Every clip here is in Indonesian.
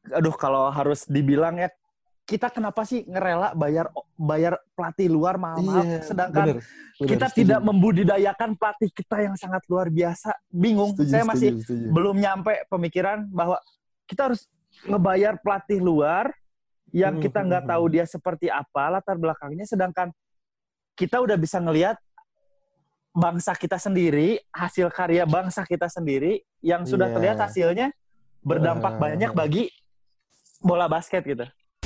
aduh kalau harus dibilang ya, kita kenapa sih ngerela bayar pelatih luar mahal-mahal, sedangkan bener, kita setuju. tidak membudidayakan pelatih kita yang sangat luar biasa. Bingung. Saya masih Setuju. belum nyampe pemikiran bahwa kita harus ngebayar pelatih luar yang kita nggak tahu dia seperti apa latar belakangnya, sedangkan kita udah bisa ngelihat bangsa kita sendiri, hasil karya bangsa kita sendiri yang sudah terlihat hasilnya berdampak banyak bagi bola basket gitu.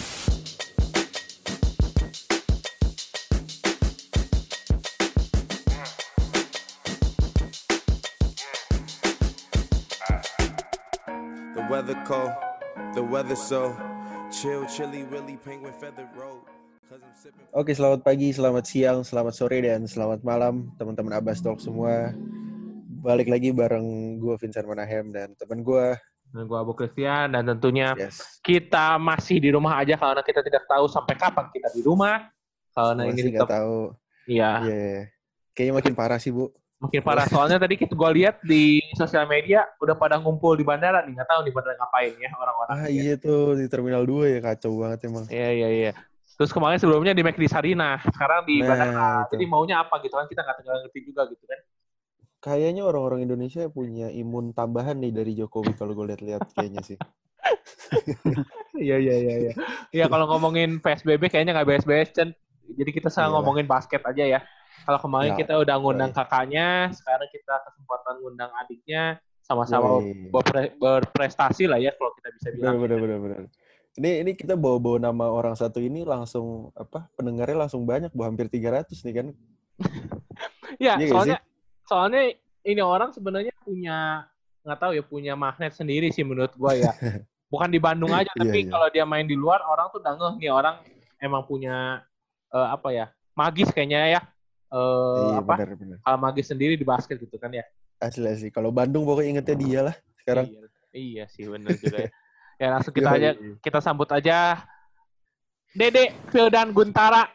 The weather cold, the weather so chill, chilly, really penguin feather road. Oke, selamat pagi, selamat siang, selamat sore, dan selamat malam teman-teman Abbas Talk semua. Balik lagi bareng gue Vincent Manahem dan teman gue. Dan gue Abu Christian, dan tentunya kita masih di rumah aja karena kita tidak tahu sampai kapan kita di rumah. Karena masih ini tetap tahu. Iya. Kayaknya makin parah sih, Bu. Makin parah. Soalnya tadi gue lihat di sosial media udah pada ngumpul di bandara nih, nggak tahu di bandara ngapain ya orang-orang. Iya tuh di Terminal 2 ya, kacau banget emang. Iya. Terus kemarin sebelumnya di McD Sarina, sekarang di bandara. Itu. Jadi maunya apa gitu kan, kita nggak ngerti juga gitu kan. Kayaknya orang-orang Indonesia punya imun tambahan nih dari Jokowi kalau gue lihat-lihat kayaknya sih. Iya. Iya, kalau ngomongin PSBB kayaknya nggak beres-beres, Cen. Jadi kita sekarang ngomongin basket aja ya. Kalau kemarin kita udah ngundang kakaknya, sekarang kita kesempatan ngundang adiknya, sama-sama berprestasi lah ya kalau kita bisa bilang. Benar. Ini kita bawa nama orang satu ini langsung pendengarnya langsung banyak, hampir 300 nih kan. Iya, soalnya ini orang sebenarnya punya, nggak tahu ya, punya magnet sendiri sih menurut gua ya. Bukan di Bandung aja, tapi kalau dia main di luar orang tuh udah ngeh nih orang emang punya magis kayaknya ya. Benar. Hal magis sendiri di basket gitu kan ya. Asli. Kalau Bandung pokoknya ingetnya dia lah sekarang. Iya sih, benar juga ya. Ya langsung kita sambut aja Dede Firdan Guntara.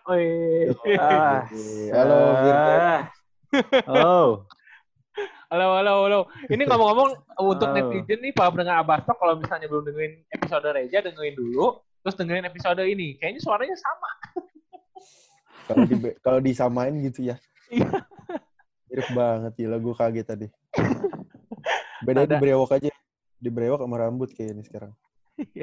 Halo Firdan. Halo. Ini ngomong-ngomong untuk netizen nih, para pendengar Abastok, kalau misalnya belum dengerin episode Reja, dengerin dulu, terus dengerin episode ini. Kayaknya suaranya sama. Kalau disamain gitu ya. Iya. Mirip banget, gila gue kaget tadi. Beda di brewok aja. Di brewok sama rambut kayaknya sekarang. Iya.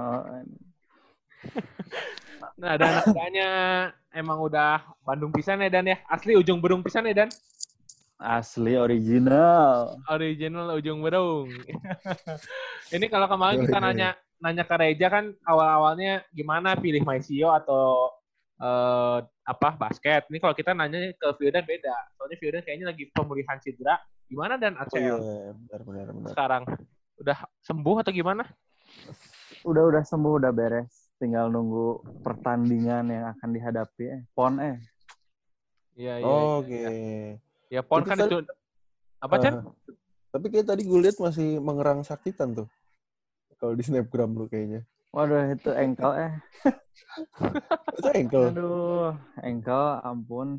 Nah, dan anak-anaknya emang udah Bandung pisan ya, Dan ya. Asli ujung Berung pisan ya, Dan. Asli original ujung Berung. Ini kalau kemarin kita nanya ke Reja kan awal-awalnya gimana pilih Maisio atau basket. Ini kalau kita nanya ke Firdan beda. Soalnya Firdan kayaknya lagi pemulihan cedera. Gimana Dan ACL? Benar. Sekarang udah sembuh atau gimana? Udah sembuh, udah beres. Tinggal nunggu pertandingan yang akan dihadapi. PON. Iya. Oke. Ya PON kan itu apa, Cen? Tapi kayak tadi gue lihat masih mengerang sakitan tuh. Kalau di snapgram lu kayaknya. Waduh, itu ankle Itu ankle? Aduh, ankle, ampun.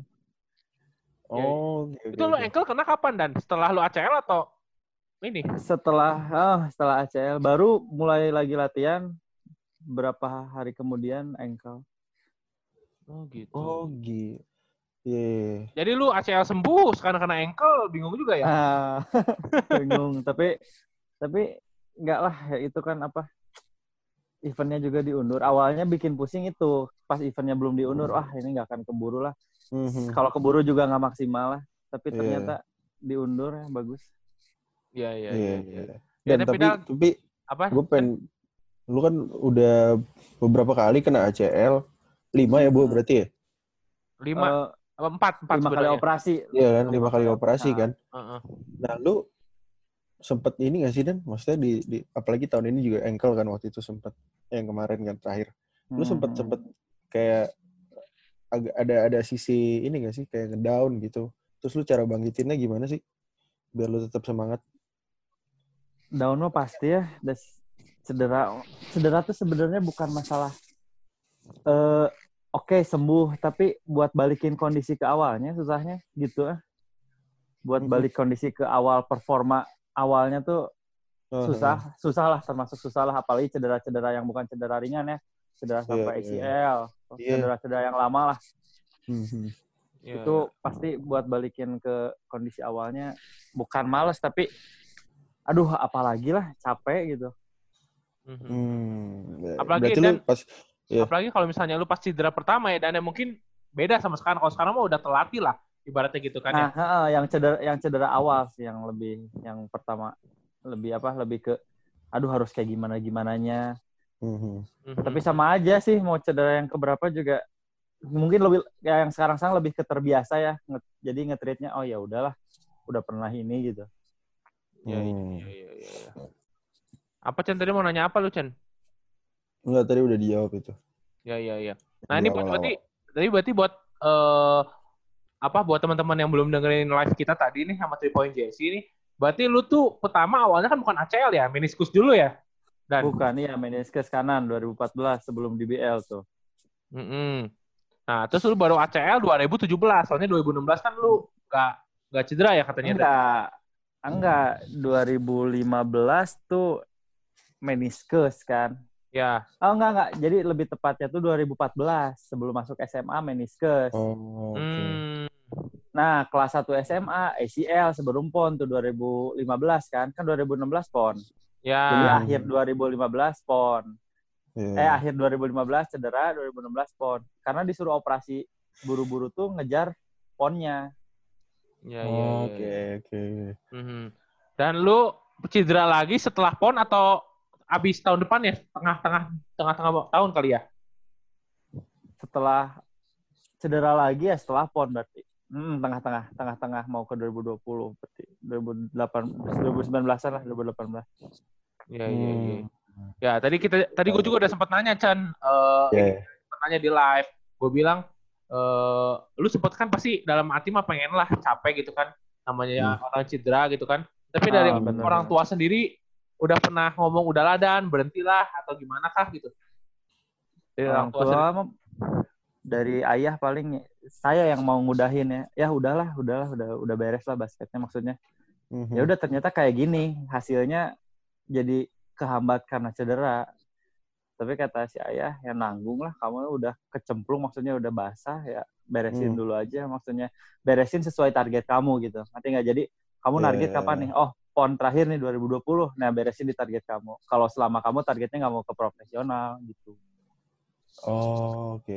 Okay. Itu lu ankle kena kapan, Dan? Setelah lu ACL atau ini? Setelah ACL. Baru mulai lagi latihan, berapa hari kemudian ankle. Oh gitu. Yeah. Jadi lu ACL sembuh, sekarang kena ankle, bingung juga ya? Bingung, tapi enggak lah, itu kan eventnya juga diundur. Awalnya bikin pusing itu, pas eventnya belum diundur, ini nggak akan keburu lah. Kalau keburu juga nggak maksimal lah, tapi ternyata diundur ya, bagus. Iya. Dan tapi apa? Gue lu kan udah beberapa kali kena ACL, 5 ya Bu berarti ya? 4 kali operasi. Iya kan, 5 kali operasi kan. Nah, lu sempet ini nggak sih, Dan? Maksudnya di apalagi tahun ini juga ankle kan, waktu itu sempet yang kemarin kan terakhir. Lu sempet kayak agak ada sisi ini nggak sih, kayak ngedown gitu. Terus lu cara bangkitinnya gimana sih biar lu tetap semangat? Down mah pasti ya. Cedera tuh sebenarnya bukan masalah oke, sembuh, tapi buat balikin kondisi ke awalnya susahnya gitu. Buat balik kondisi ke awal performa awalnya tuh susah lah, termasuk susah lah, apalagi cedera-cedera yang bukan cedera ringan ya, cedera sampai ACL, cedera-cedera yang lama lah. Itu pasti buat balikin ke kondisi awalnya bukan males, tapi aduh apalagi lah, capek gitu. Apalagi dan apalagi kalau misalnya lu pas cedera pertama ya, dan mungkin beda sama sekarang. Kalau sekarang mah udah terlatih lah ibaratnya gitu kan. Yang cedera awal sih yang pertama lebih ke aduh harus kayak gimananya. Tapi sama aja sih mau cedera yang keberapa juga mungkin lebih ya, yang sekarang lebih ke terbiasa ya. Jadi nge-treatnya oh ya udahlah, udah pernah ini gitu. Iya. Apa Chen tadi mau nanya apa lu Chen? Enggak, tadi udah dijawab itu. Iya. Nah ini berarti buat buat teman-teman yang belum dengerin live kita tadi nih sama 3 Point Jesse nih, berarti lu tuh pertama awalnya kan bukan ACL ya, meniskus dulu ya? Bukan, iya meniskus kanan 2014 sebelum DBL tuh. Nah, terus lu baru ACL 2017, soalnya 2016 kan lu nggak cedera ya katanya? Enggak. 2015 tuh meniskus kan. Ya. Oh enggak. Jadi lebih tepatnya tuh 2014 sebelum masuk SMA meniskus. Nah, kelas 1 SMA ACL sebelum PON tuh 2015 kan 2016 PON. Ya. Jadi akhir 2015 PON. Akhir 2015 cedera, 2016 PON. Karena disuruh operasi buru-buru tuh ngejar PON-nya. Oke. Dan lu cedera lagi setelah PON atau abis tahun depan ya? Tengah-tengah tahun kali ya? Setelah cedera lagi ya setelah PON berarti. Tengah-tengah mau ke 2020 berarti 2019-an lah, 2018. Iya. Ya, tadi gue juga udah sempat nanya Chan, nanya di live. Gue bilang lu sempet kan pasti dalam hati mah pengen lah capek gitu kan, namanya orang cedera gitu kan. Tapi dari orang tua sendiri udah pernah ngomong udahlah Dan berhentilah atau gimana kah gitu? Dari orang tua dari ayah paling saya yang mau ngudahin ya. Ya udahlah, udah beres lah basketnya maksudnya. Ya udah ternyata kayak gini, hasilnya jadi kehambat karena cedera. Tapi kata si ayah, ya nanggung lah, kamu udah kecemplung, maksudnya udah basah, ya beresin dulu aja, maksudnya beresin sesuai target kamu gitu. Nanti nggak jadi, kamu target kapan nih? Oh, PON terakhir nih 2020, nah beresin di target kamu. Kalau selama kamu targetnya nggak mau ke profesional gitu. Oke.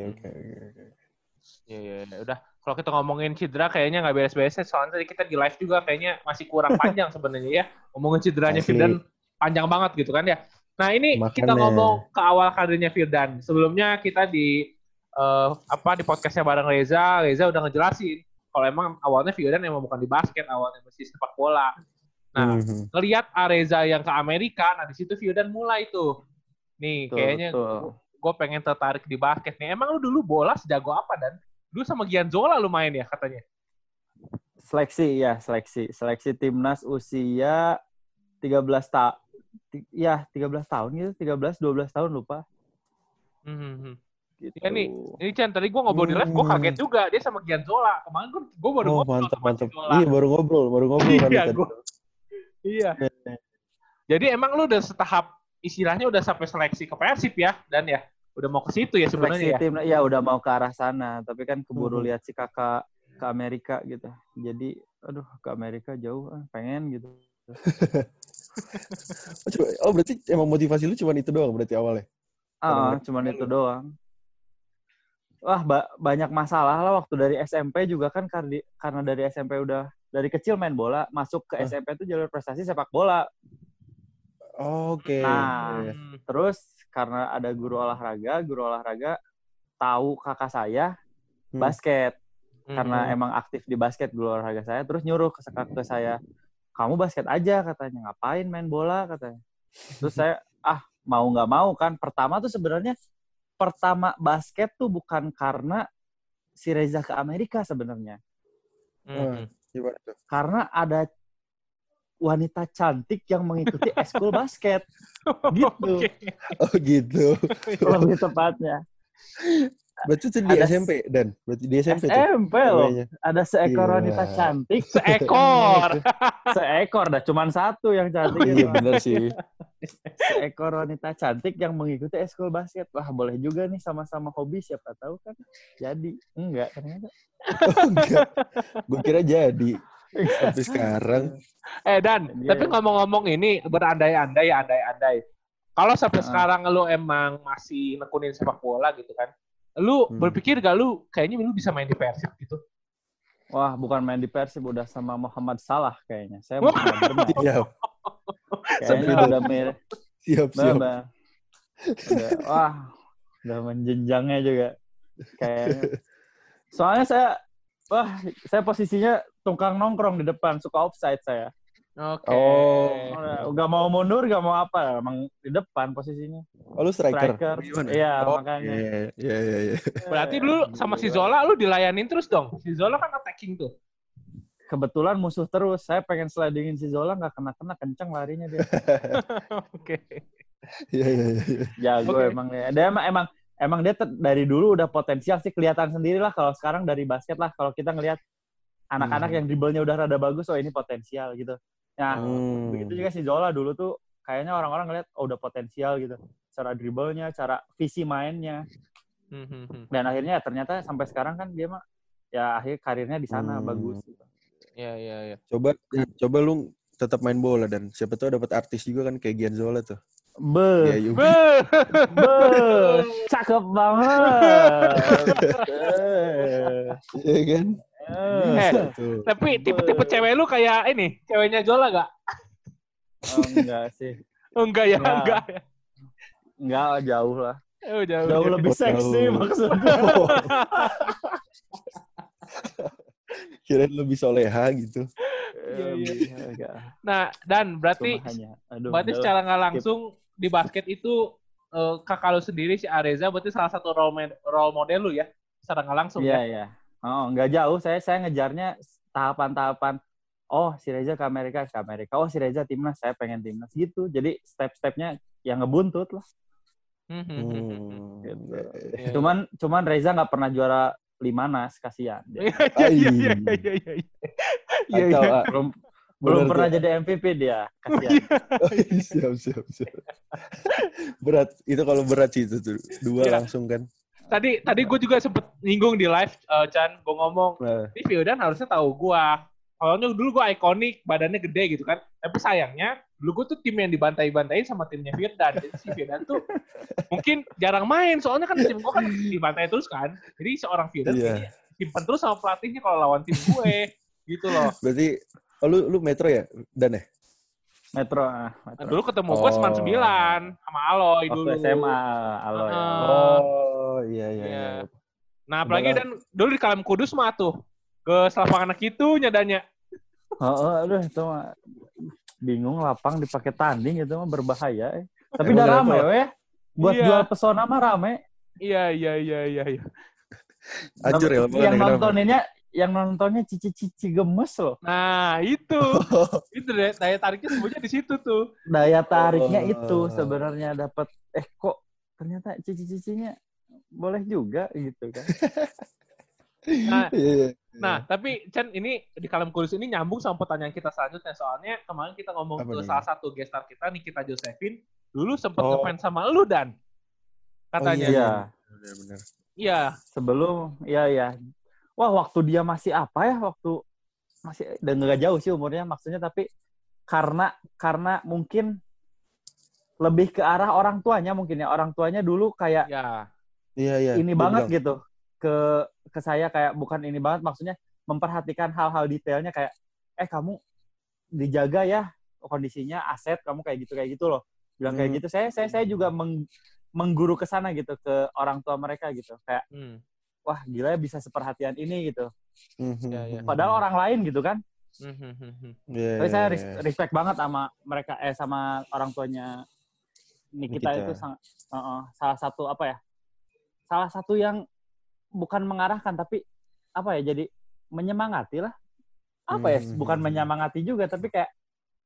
Ya, udah. Kalau kita ngomongin cedera kayaknya nggak beres-beres, soalnya tadi kita di live juga kayaknya masih kurang panjang sebenarnya ya. Ngomongin cederanya Firdan panjang banget gitu kan ya. Nah ini kita ngomong ke awal karirnya Firdan. Sebelumnya kita di podcastnya bareng Reza udah ngejelasin kalau emang awalnya Firdan emang bukan di basket, awalnya masih sepak bola. Nah ngelihat Reza yang ke Amerika, nah di situ Firdan mulai tuh. Nih kayaknya gue pengen tertarik di basket nih. Emang lu dulu bola sejago apa Dan? Dulu sama Gianzola lu main ya katanya? Seleksi timnas usia 13 tahun gitu, 13-12 tahun lupa. Gitu. Ya nih, ini Chan, tadi gue ngobrol di live, gue kaget juga dia sama Gianzola. Kemarin gue baru ngobrol sama Gianzola. Iya, baru ngobrol kan. Iya. Jadi emang lu udah setahap istilahnya udah sampai seleksi ke Persib ya, Dan ya? Udah mau ke situ ya sebenarnya ya? Iya, udah mau ke arah sana, tapi kan keburu lihat si kakak ke Amerika gitu. Jadi, aduh ke Amerika jauh, pengen gitu. Berarti emang motivasi lu cuma itu doang berarti awalnya? Cuman itu doang. Wah, banyak masalah lah waktu dari SMP juga kan, karena dari SMP udah dari kecil main bola, masuk ke SMP itu jalur prestasi sepak bola. Oke. Nah, terus karena ada guru olahraga tahu kakak saya basket. Karena emang aktif di basket guru olahraga saya, terus nyuruh ke saya, kamu basket aja katanya, ngapain main bola katanya. Terus saya mau nggak mau kan, pertama basket tuh bukan karena si Reza ke Amerika sebenarnya. Karena ada wanita cantik yang mengikuti eskul basket. Gitu. Oh gitu. Lebih tepatnya. Berarti itu di SMP, Dan? Berarti di SMP SMP loh. Ada seekor wanita cantik. Seekor. Seekor dah, cuman satu yang cantik. Iya benar sih. Seekor wanita cantik yang mengikuti ekskul basket. Wah, boleh juga nih sama-sama hobi, siapa tahu kan. Jadi, enggak ternyata. Oh, enggak. Gue kira jadi. Sampai sekarang. Dan, tapi ngomong-ngomong ini berandai-andai. Kalau sampai sekarang lu emang masih nekunin sepak bola gitu kan, lu berpikir gak lu kayaknya lu bisa main di Persib gitu? Wah, bukan main di Persib, udah sama Muhammad Salah kayaknya. Saya Muhammad Benar. Siap. Kayaknya udah mirip. Siap. Udah menjenjangnya juga. Kayaknya. Soalnya saya posisinya tukang nongkrong di depan, suka offside saya. Oke. Gak mau mundur, gak mau apa, emang di depan posisinya. Oh, lu striker? Iya, makanya. Iya. Berarti lu sama si Zola lu dilayanin terus dong? Si Zola kan attacking tuh. Kebetulan musuh terus. Saya pengen slidingin si Zola, gak kena-kena, kenceng larinya dia. Oke. Iya. Jago emang dia. Dia emang dia dari dulu udah potensial sih, kelihatan sendiri lah kalau sekarang dari basket lah. Kalau kita ngelihat anak-anak yang dribblenya udah rada bagus, ini potensial gitu. Nah, begitu juga si Zola dulu tuh kayaknya orang-orang ngeliat udah potensial gitu. Cara dribblenya, cara visi mainnya. Dan akhirnya ternyata sampai sekarang kan dia mah ya akhir karirnya di sana bagus gitu. Iya. Coba lu tetap main bola dan siapa tahu dapat artis juga kan kayak Gian Zola tuh. Cakep banget. Iya kan? Tapi tipe-tipe cewek lu kayak ini, ceweknya Zola gak? Enggak sih. Enggak ya? Enggak, jauh lah. Jauh lebih seksi maksudnya. Kirain lebih soleha gitu. Iya. Nah, Dan berarti secara nggak langsung di basket itu kakak lu sendiri si Areza berarti salah satu role model lu ya, secara nggak langsung ya? Iya. Oh, nggak jauh. Saya ngejarnya tahapan-tahapan. Oh, si Reza ke Amerika. Oh, si Reza timnas. Saya pengen timnas gitu. Jadi step-stepnya yang ngebuntut lah. Gitu. Cuman Reza nggak pernah juara Limanas, kasihan. Iya. Belum pernah jadi MVP dia, kasihan. Siap. Berat. Itu kalau berat sih itu tuh. Dua langsung kan. Tadi gue juga sempet nyinggung di live, Chan. Gue ngomong, ini Firdan harusnya tahu gue. Soalnya dulu gue ikonik, badannya gede gitu kan. Tapi sayangnya, dulu gue tuh tim yang dibantai-bantain sama timnya Firdan. Jadi si Firdan tuh mungkin jarang main. Soalnya kan tim gue kan dibantai terus kan. Jadi seorang Firdan simpen terus sama pelatihnya kalau lawan tim gue. Gitu loh. Berarti, lu Metro ya, Dan ya? Metro. Dulu ketemu gue Seman 9 sama Aloy dulu. Waktu SMA, Aloy. Iya. Nah, apalagi Dan dulu di Kalam Kudus mah tuh. Ke lapangan anak itu nyadanya. Aduh, itu mah bingung lapang dipakai tanding itu mah berbahaya. Tapi udah rame ya. Buat jual pesona mah rame. Iya. Hancur ya lapangan. Yang nontonnya cici-cici gemes loh. Nah, itu. Itu deh, daya tariknya semuanya di situ tuh. Daya tariknya itu sebenarnya dapat kok ternyata cici-cicinya boleh juga gitu kan. Nah, tapi Chan ini di Kalam Kudus ini nyambung sama pertanyaan kita selanjutnya. Soalnya kemarin kita ngomong ke salah satu guest star kita, Nikita Josephine, dulu sempat ngefans sama lu, Dan. Katanya. Iya. Benar. Iya. Sebelum, iya. Wah, waktu dia masih apa ya? Waktu masih dan nggak jauh sih umurnya maksudnya, tapi karena mungkin lebih ke arah orang tuanya mungkin ya. Orang tuanya dulu kayak ini banget gitu. Ke saya kayak bukan ini banget, maksudnya memperhatikan hal-hal detailnya kayak kamu dijaga ya kondisinya, aset kamu kayak gitu loh. Bilang kayak gitu. Saya juga mengguru ke sana gitu ke orang tua mereka gitu. Kayak wah gila ya bisa seperhatian ini gitu. Padahal orang lain gitu kan. Tapi saya respect banget sama mereka, sama orang tuanya Nikita. Itu salah satu apa ya? Salah satu yang bukan mengarahkan tapi apa ya? Jadi menyemangati lah. Apa ya? Bukan menyemangati juga tapi kayak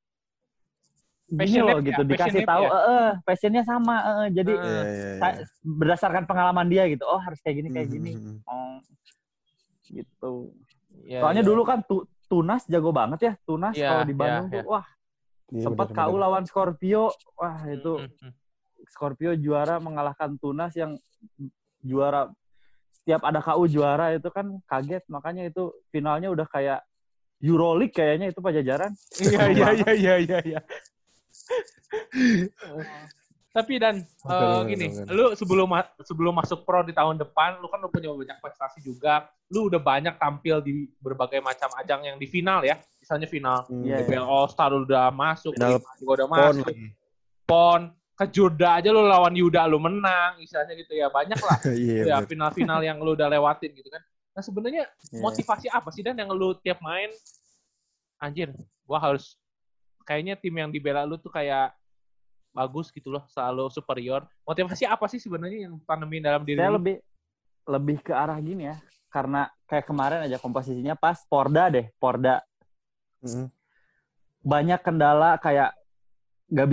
gini loh gitu, dikasih tahu passionnya sama, jadi berdasarkan pengalaman dia gitu, harus kayak gini gitu. Soalnya dulu kan Tunas jago banget ya. Tunas kalau di Bandung tuh, wah. Sempat KU lawan Scorpio. Wah, itu Scorpio juara mengalahkan Tunas yang juara. Setiap ada KU juara itu kan kaget. Makanya itu finalnya udah kayak Euroleague kayaknya itu Pajajaran. Iya. Tapi Dan, gini, lu sebelum masuk pro di tahun depan, lu kan lu punya banyak prestasi juga. Lu udah banyak tampil di berbagai macam ajang yang di final ya. Misalnya final DBL All Star lu udah masuk, final juga udah masuk. PON, ke Jurda aja lu lawan Yuda lu menang, misalnya gitu ya. Banyak lah. Ya final-final yang lu udah lewatin gitu kan. Nah, sebenarnya motivasi apa sih Dan yang lu tiap main anjir, gua harus kayaknya tim yang dibela lu tuh kayak bagus gitu loh, selalu superior. Motivasi apa sih sebenarnya yang tanemin dalam diri saya lu? lebih ke arah gini ya. Karena kayak kemarin aja komposisinya pas Porda. Banyak kendala kayak nggak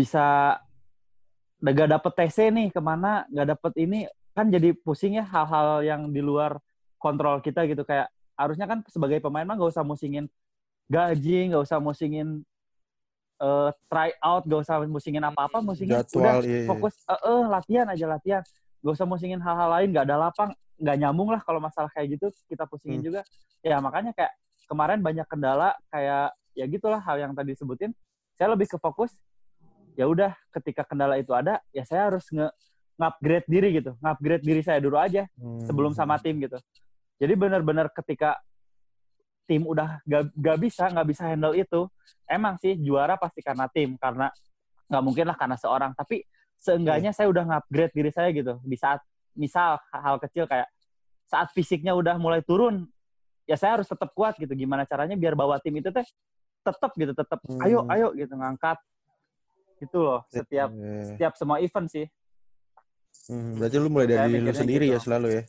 dapet TC nih kemana, nggak dapet ini. Kan jadi pusing ya hal-hal yang di luar kontrol kita gitu. Kayak harusnya kan sebagai pemain mah nggak usah musingin gaji, nggak usah musingin try out, gak usah musingin apa-apa, musingin jadwal, udah fokus latihan aja. Gak usah musingin hal-hal lain, gak ada lapang, gak nyambung lah kalau masalah kayak gitu kita pusingin juga. Ya makanya kayak kemarin banyak kendala kayak ya gitulah hal yang tadi disebutin. Saya lebih ke fokus. Ya udah ketika kendala itu ada, ya saya harus nge-upgrade diri gitu, nge-upgrade diri saya dulu aja sebelum sama tim gitu. Jadi benar-benar ketika tim udah gak bisa handle itu. Emang sih juara pasti karena tim, karena nggak mungkin lah karena seorang. Tapi seenggaknya saya udah nge-upgrade diri saya gitu. Di saat misal hal kecil kayak saat fisiknya udah mulai turun, ya saya harus tetap kuat gitu. Gimana caranya biar bawa tim itu tetap ayo gitu ngangkat gitu loh. Setiap semua event sih. Berarti lu mulai dari lu sendiri gitu. Ya selalu ya.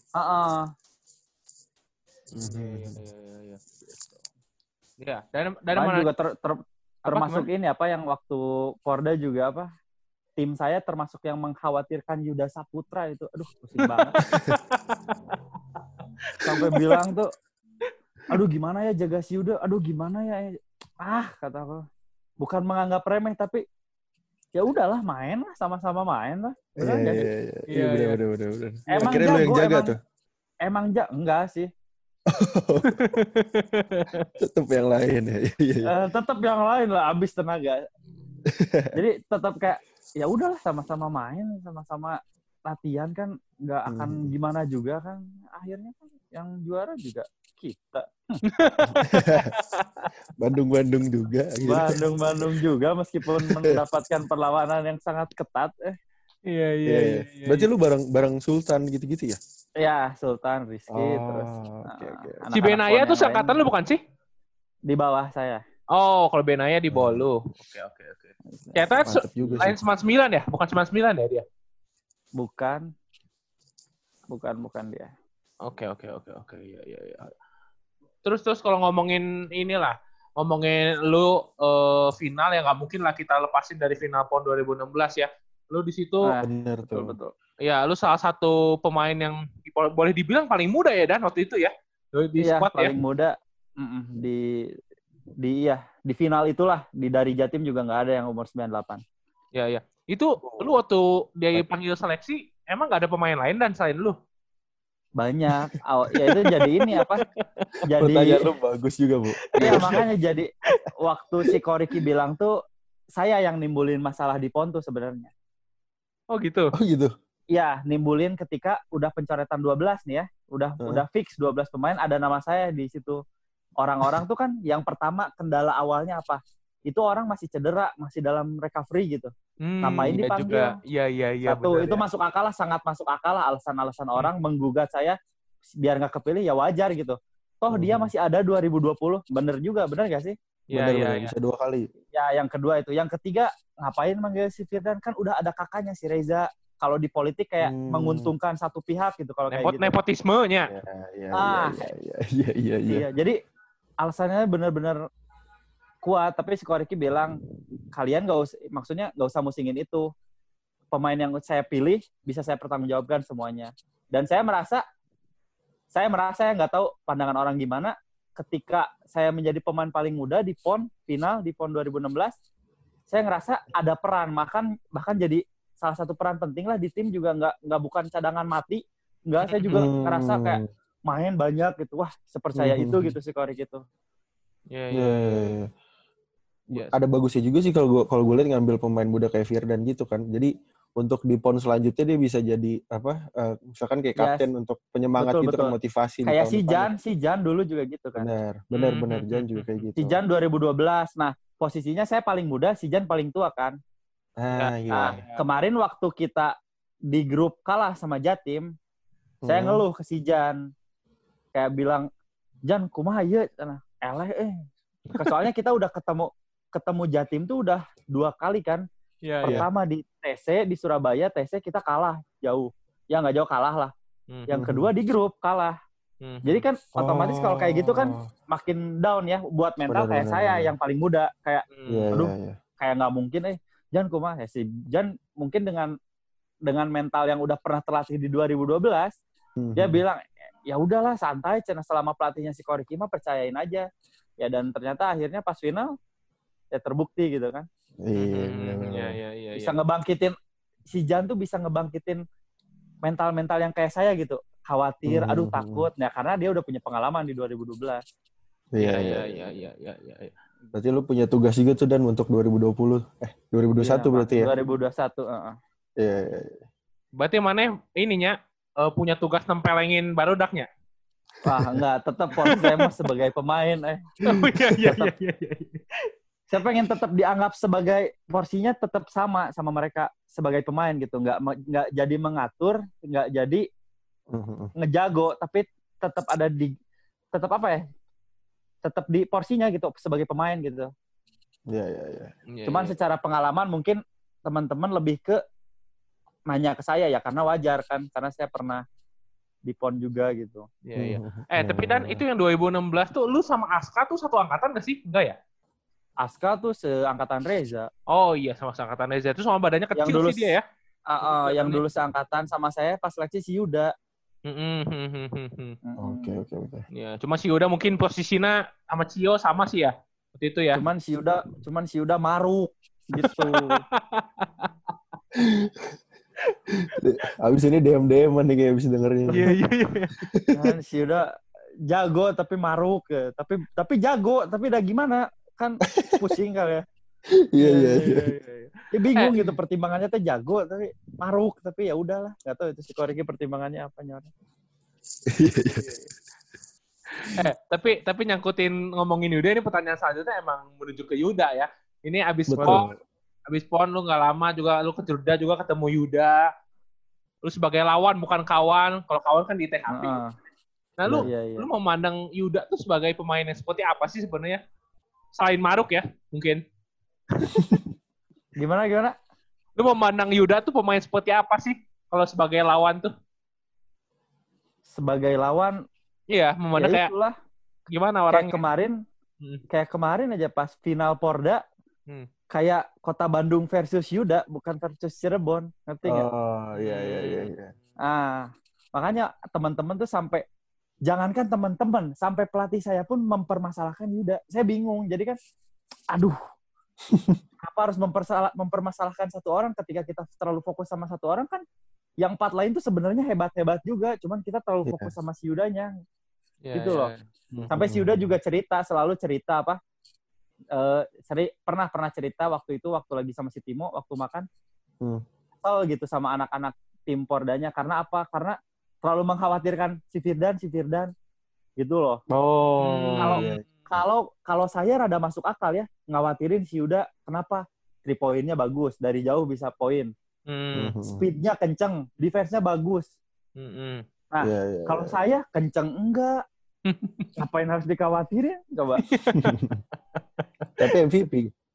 Iya, dari mana juga termasuk ini apa yang waktu Porda juga apa tim saya termasuk yang mengkhawatirkan Yuda Saputra itu, aduh pusing banget. Sampai bilang tuh, aduh gimana ya jaga si Yuda, aduh gimana ya, kata aku, bukan menganggap remeh tapi ya udahlah main lah, sama-sama main lah. Iya benar. Emang akhirnya lu yang jaga tuh. Emang enggak sih. Tetap yang lain ya. Tetap yang lain lah, abis tenaga. Jadi tetap kayak ya udahlah sama-sama main, sama-sama latihan kan nggak akan gimana juga kan. Akhirnya kan yang juara juga kita. Bandung juga. Bandung juga meskipun mendapatkan perlawanan yang sangat ketat. Iya. Berarti lu bareng Sultan gitu-gitu ya? Ya, Sultan, Rizky, terus. Okay. Si Benaya tuh seangkatan lu bukan sih? Di bawah saya. Oh, kalau Benaya di bawah lu. Oke. Ternyata lain 99 ya? Bukan 99 ya dia? Bukan dia. Oke. Iya. Terus kalau ngomongin ngomongin lu final ya nggak mungkin lah kita lepasin dari final PON 2016 ya. Lu di situ bener tuh. Betul. Ya, lu salah satu pemain yang boleh dibilang paling muda ya Dan waktu itu ya. Di squad paling muda di final itulah dari Jatim juga nggak ada yang umur 98. Iya. Itu lu waktu dia panggil seleksi emang nggak ada pemain lain Dan selain lu? Banyak. Ya itu jadi ini apa? Jadi pertanyaan lu bagus juga, Bu. Iya, makanya jadi waktu si Koriki bilang tuh saya yang nimbulin masalah di PON tuh sebenarnya. Oh gitu. Ya, nimbulin ketika udah pencoretan 12 nih ya. Udah fix 12 pemain, ada nama saya di situ. Orang-orang tuh kan yang pertama kendala awalnya apa? Itu orang masih cedera, masih dalam recovery gitu. Namain dipanggil. Iya. Satu, itu masuk akal lah, sangat masuk akal lah alasan-alasan orang menggugat saya biar nggak kepilih ya wajar gitu. Toh dia masih ada 2020. Bener gak sih? Bener. Bisa 2 kali. Ya, yang kedua itu. Yang ketiga, ngapain manggil si Firdan? Kan udah ada kakaknya si Reza. Kalau di politik kayak menguntungkan satu pihak gitu kalau kayak gitu. Nepotismenya. Iya. Jadi alasannya benar-benar kuat, tapi si Koriki bilang kalian nggak usah musingin itu. Pemain yang saya pilih bisa saya pertanggungjawabkan semuanya. Dan saya merasa nggak tahu pandangan orang gimana. ketika saya menjadi pemain paling muda di PON final di PON 2016, saya ngerasa ada peran, bahkan jadi salah satu peran penting lah di tim juga, nggak bukan cadangan mati, nggak, saya juga ngerasa kayak main banyak gitu, wah sepercaya itu gitu si Korik itu. Iya. Ada bagusnya juga sih kalau gue lihat ngambil pemain muda kayak Firdan gitu kan, jadi untuk di PON selanjutnya dia bisa jadi misalkan kayak kapten untuk penyemangat gitu kan, motivasi kayak di tahun depan. si Jan dulu juga gitu kan. Benar Jan juga kayak gitu. Si Jan 2012. Nah, posisinya saya paling muda, si Jan paling tua kan. Iya. Kemarin waktu kita di grup kalah sama Jatim, saya ngeluh ke si Jan. Kayak bilang, "Jan, kumaha ieu?" Soalnya kita udah ketemu Jatim tuh udah 2 kali kan. Pertama di TC di Surabaya, TC kita kalah jauh. Ya nggak jauh, kalah lah. Yang kedua di grup kalah. Jadi kan otomatis kalau kayak gitu kan makin down ya buat mental kayak saya yang paling muda. Kayak kayak nggak mungkin Jan kumaha si Jan mungkin dengan mental yang udah pernah terlatih di 2012 dia bilang ya udahlah santai selama pelatihnya si Korik mah percayain aja. Ya dan ternyata akhirnya pas final ya terbukti gitu kan. Iya. Bisa ngebangkitin si Jan tuh, bisa ngebangkitin mental yang kayak saya gitu. Khawatir, aduh takut. Nah, karena dia udah punya pengalaman di 2012. Iya. Berarti lu punya tugas juga tuh Dan untuk 2020. 2021 berarti ya? 2021, Iya. Berarti mana ininya punya tugas nempelengin barudaknya? Wah, enggak, tetap porsi saya mah sebagai pemain. Iya. Saya pengen tetap dianggap sebagai porsinya tetap sama mereka sebagai pemain gitu, nggak jadi mengatur, nggak jadi ngejago, tapi tetap ada tetap di porsinya gitu sebagai pemain gitu. Iya. Cuman secara pengalaman mungkin teman-teman lebih ke nanya ke saya ya, karena wajar kan, karena saya pernah di PON juga gitu. Iya. Tapi Dan itu yang 2016 tuh lu sama Aska tuh satu angkatan nggak sih? Enggak ya? Aska tuh seangkatan Reza. Oh iya, sama seangkatan Reza. Itu sama badannya kecil sih dia ya? Yang dulu seangkatan sama saya pas seleksi si Yuda. Oke. Ya, cuma si Yuda mungkin posisinya sama Cio sama sih ya. Waktu itu ya. Cuman si Yuda maruk gitu. Abis ini DM-an nih kayak abis dengernya. Iya. Kan si Yuda jago tapi maruk ya. Tapi jago, tapi udah gimana? Kan pusing kali ya. Iya. Ya bingung gitu pertimbangannya tuh jago tapi maruk, tapi ya udahlah, nggak tahu itu si Koriki pertimbangannya apa nyornya. Tapi nyangkutin ngomongin Yuda, ini pertanyaan selanjutnya emang menuju ke Yuda ya. Ini abis PON lu nggak lama juga lu ke Jogja juga ketemu Yuda. Lu sebagai lawan bukan kawan. Kalau kawan kan di THP. Nah lu mau mandang Yuda tuh sebagai pemain yang seperti apa sih sebenarnya? Selain maruk ya, mungkin. Gimana? Lu memandang Yuda tuh pemain seperti apa sih kalau sebagai lawan tuh? Sebagai lawan, iya, memandang kayak itulah. Gimana orangnya? Kayak kemarin aja pas final Porda, kayak Kota Bandung versus Yuda, bukan versus Cirebon, ngerti nggak? Oh iya. Makanya teman-teman tuh jangankan teman-teman, sampai pelatih saya pun mempermasalahkan Yuda. Saya bingung. Jadi kan, apa harus mempermasalahkan satu orang ketika kita terlalu fokus sama satu orang kan? Yang 4 lain tuh sebenarnya hebat-hebat juga, cuman kita terlalu fokus sama si Yudanya. Gitu loh. Sampai si Yuda juga selalu cerita apa? Pernah cerita waktu lagi sama si Timo, waktu makan. Kesel gitu sama anak-anak tim Pordanya. Karena apa? Karena terlalu mengkhawatirkan si Firdan gitu loh. Kalau saya rada masuk akal ya, ngawatirin si Yuda, kenapa? 3 poinnya bagus, dari jauh bisa poin. Speednya kenceng, defense-nya bagus. Nah, kalau saya kenceng enggak. Ngapain harus dikhawatirin? Coba. Tapi MVP.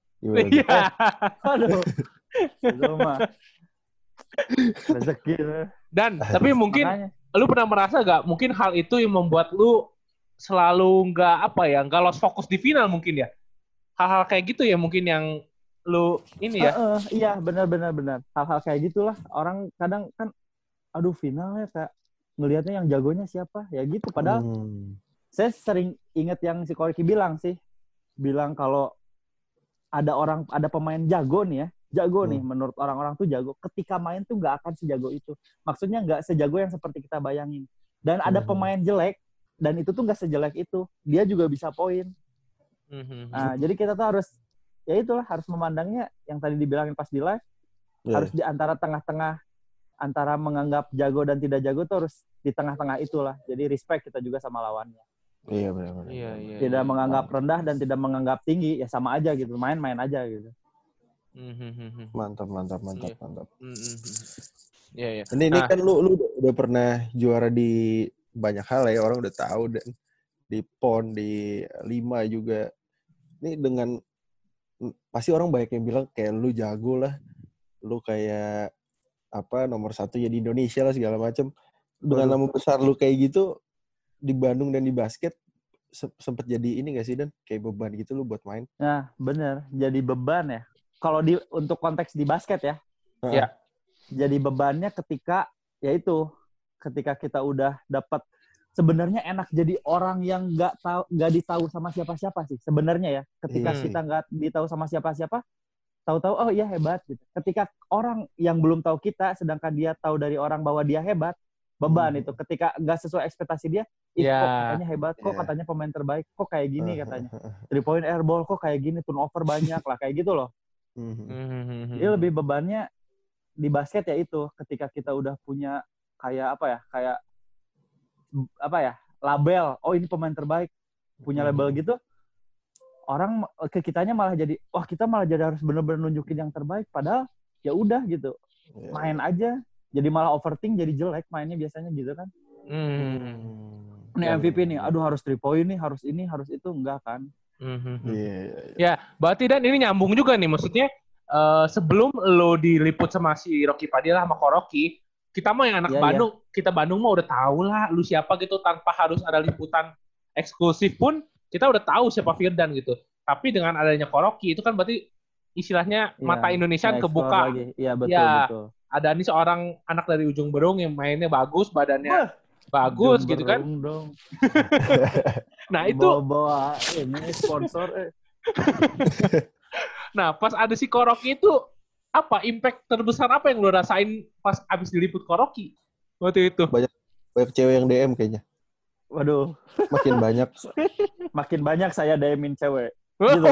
Aduh. Itu mah. Rezeki. Dan, tapi mungkin lu pernah merasa gak mungkin hal itu yang membuat lu selalu nggak lost fokus di final mungkin ya? Hal-hal kayak gitu ya mungkin yang lu ini ya? Iya, benar. Hal-hal kayak gitulah. Orang kadang kan, aduh finalnya kayak ngelihatnya yang jagonya siapa? Ya gitu. Padahal Saya sering ingat yang si Koriki bilang kalau ada pemain jago nih ya, jago nih menurut orang-orang tuh jago. Ketika main tuh nggak akan sejago itu. Maksudnya nggak sejago yang seperti kita bayangin. Dan ada pemain jelek dan itu tuh nggak sejelek itu. Dia juga bisa poin. Nah, jadi kita tuh harus ya itulah harus memandangnya yang tadi dibilangin pas di live harus di antara tengah-tengah antara menganggap jago dan tidak jago tuh harus di tengah-tengah itulah. Jadi respect kita juga sama lawannya. Iya benar. Tidak menganggap rendah dan tidak menganggap tinggi ya sama aja gitu. Main-main aja gitu. Mantap. Iya. Ini kan lu udah pernah juara di banyak hal ya, orang udah tahu, dan di PON, di 5 juga. Ini dengan pasti orang banyak yang bilang kayak lu jago lah, lu kayak nomor 1 ya di Indonesia lah segala macam. Dengan nama besar lu kayak gitu di Bandung dan di basket sempet jadi ini nggak sih, Dan? Kayak beban gitu lu buat main? Nah, bener. Jadi beban ya. Kalau untuk konteks di basket ya. Ya. Jadi bebannya ketika ketika kita udah dapat, sebenarnya enak jadi orang yang nggak ditahu sama siapa-siapa sih sebenarnya ya. Ketika kita nggak ditahu sama siapa-siapa, tahu-tahu oh iya hebat gitu. Ketika orang yang belum tahu kita, sedangkan dia tahu dari orang bahwa dia hebat, beban itu. Ketika nggak sesuai ekspektasi dia, kok katanya hebat, kok katanya pemain terbaik, kok kayak gini katanya. 3-point airball kok kayak gini, turnover banyak lah kayak gitu loh. Jadi lebih bebannya di basket ya itu, ketika kita udah punya kayak label, oh ini pemain terbaik, punya label gitu, orang ke kitanya malah jadi, wah kita malah jadi harus benar-benar nunjukin yang terbaik, padahal ya udah gitu, main aja, jadi malah overthink, jadi jelek mainnya biasanya gitu kan. Ini MVP nih, aduh harus 3 point nih, harus ini, harus itu, enggak kan. Ya, berarti Dan ini nyambung juga nih, maksudnya sebelum lo diliput sama si Rocky Padilla sama Koroki, kita mah yang anak Bandung, kita Bandung mah udah tahu lah lu siapa gitu, tanpa harus ada liputan eksklusif pun kita udah tahu siapa Firdan gitu. Tapi dengan adanya Koroki itu kan berarti istilahnya mata Indonesia kebuka. Iya betul. Ada nih seorang anak dari ujung Berung yang mainnya bagus, badannya bagus gitu kan. Nah itu bawa ini sponsor. Nah pas ada si Koroki itu apa impact terbesar apa yang lo rasain pas abis diliput Koroki waktu itu? Banyak cewek yang DM kayaknya. Waduh. Makin banyak saya DM-in cewek. Gitu,